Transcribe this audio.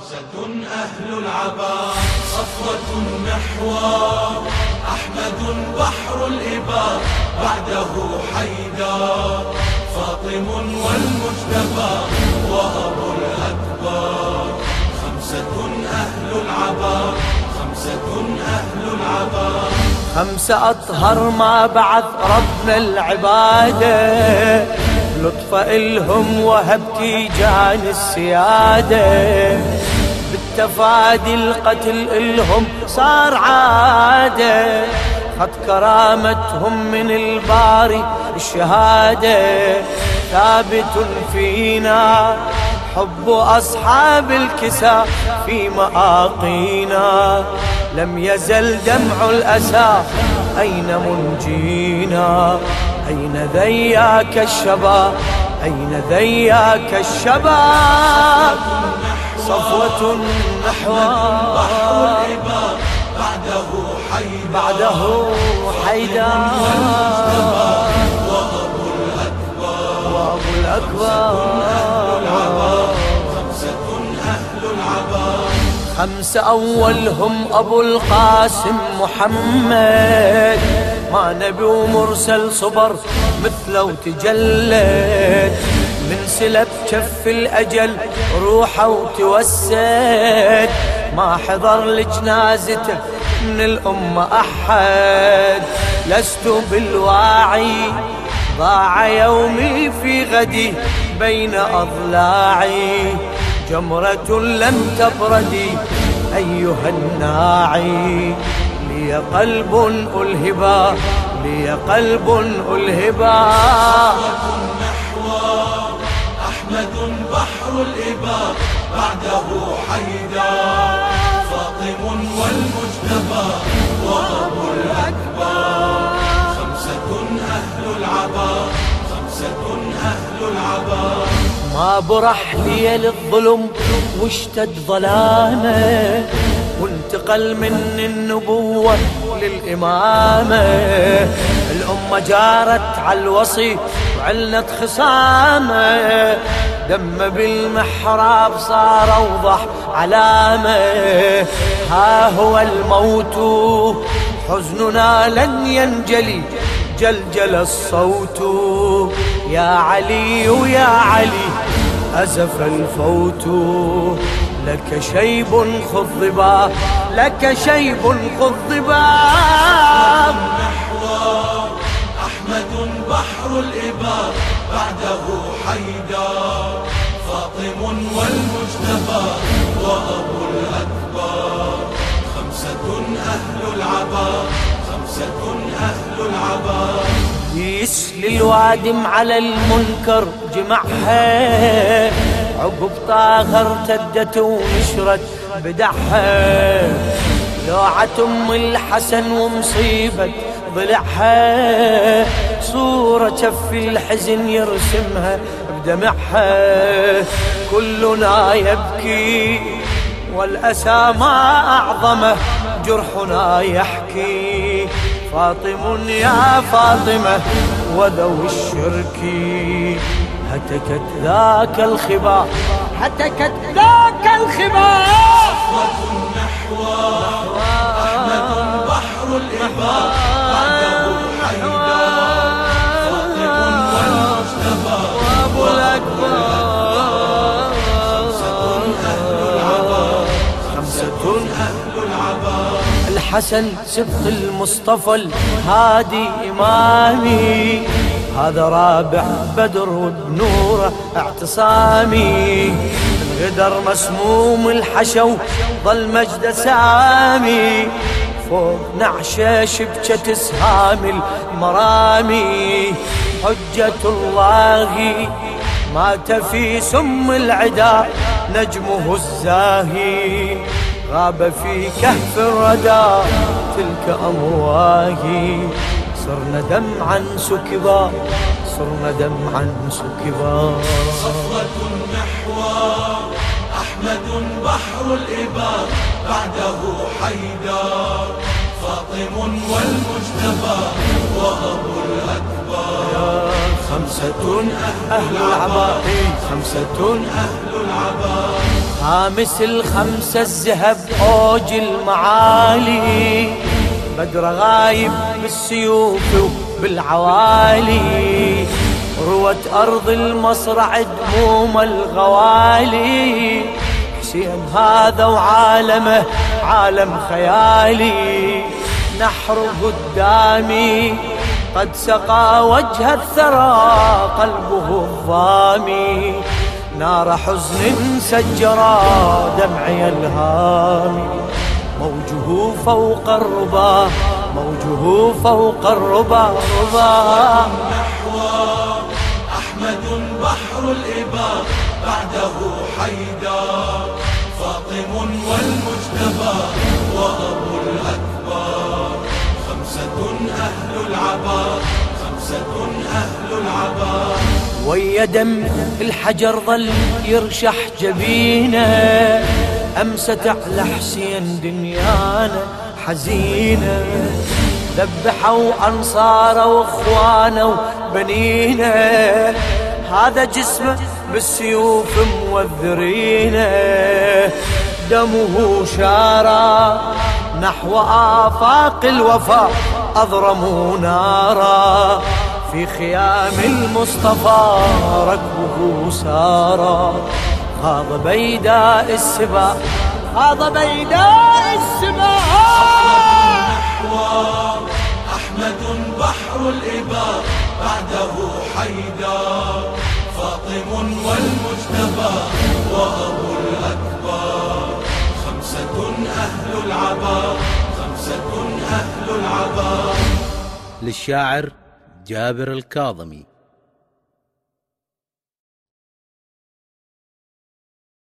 خمسة أهل العبا صفوة محور أحمد بحر الإباء بعده حيدر فاطم والمجتبى وأبو الأكبر خمسة أهل العبا خمسة أهل العبا خمسة أطهر ما بعث ربنا العبادة لطف إلهم وهب تيجان السيادة بالتفادي القتل إلهم صار عادة خد كرامتهم من الباري الشهادة ثابت فينا حب أصحاب الكساء في مآقينا لم يزل دمع الأسى أين منجينا أين ذياك الشباب أين ذياك الشباب صفوة نحو بحر الإباء بعده حيدر وأبو الأكبر خمسة أولهم أبو القاسم محمد ما نبي ومرسل صبر مثله وتجلد من سلب كف الأجل روحه وتوسد ما حضر لجنازته من الأمة أحد لست بالواعي ضاع يومي في غدي بين أضلاعي جمرة لم تبردي أيها الناعي لي قلب ألهبا لي قلب ألهبا أحمد بحر الإباء بعده حيدر فاطم والمجتبى وأبو الأكبر خمسة أهل العبا خمسة أهل العبا ما برح لي للظلم واشتد ظلامه وانتقل من النبوة للإمامة الأمة جارت على الوصي وعلنت خصامه دم بالمحراب صار أوضح علامة ها هو الموت حزننا لن ينجلي جلجل الصوت يا علي ويا علي أزف الفوت لك شيب خضبا لك شيب خضبا أحمد بحر الإباء بعده حيدر فاطم والمجتبى وأبو الأكبر خمسة أهل العبا خمسة أهل العبا يسلي الوادم على المنكر جمعها عقب طاهر ارتدت ونشرت بدعها لوعة أم الحسن ومصيبة ضلعها صورة كف الحزن يرسمها بدمعها كلنا يبكي والأسى ما أعظمه جرحنا يحكي فاطم يا فاطمة وذوي الشرك هتكت ذاك الخبا هتكت ذاك الخبا صفوة محور أحمد بحر الإباء بعده حيدر فاطم والمجتبى وأبو الأكبر خمسة أهل العبا الحسن سبط المصطفى الهادي إمامي هذا رابع بدر وبنوره اعتصامي الغدر مسموم الحشو ظل مجد سامي فوق نعشه شبكة سهام المرامي حجة الله مات في سم العدا نجمه الزاهي غاب في كهف الردى تلك أمواهي صرنا دمعا سكبا صرنا دمعا سكبا صفوة محور أحمد بحر الإباء بعده حيدر فاطم والمجتبى وأبو الأكبر خمسة أهل العبا خمسة أهل العبا خامس الخمسة الذهب أوج المعالي، بدر غايب بالسيوف وبالعوالي، روت أرض المصرع دموم الغوالي. حسين هذا وعالمه عالم خيالي، نحر قدامي قد سقى وجه الثرى قلبه الظامي، نار حزن سجرا دمعي الهامي، موجه فوق الربا، موجه فوق الربا نحوه أحمد بحر الإباء بعده حيدر، فاطم والمجتبى وأبو الأكبر، خمسة أهل العبا، خمسة أهل العبا. ويا دم الحجر ظل يرشح جبينه، أمست على حسين دنيانا حزينة، ذبحوا أنصاره وإخوانه وبنينه، هذا جسمه بالسيوف موذرينه، دمه شارا نحو آفاق الوفا، أضرموا نارا في خيام المصطفى، ركبه سارا، غاض بيداء السبا، غاض بيداء السبا. نحوه أحمد بحر الإباء بعده حيدر، فاطم والمجتبى وأبو الأكبر، خمسة أهل العبا، خمسة أهل العبا. للشاعر جابر الكاظمي.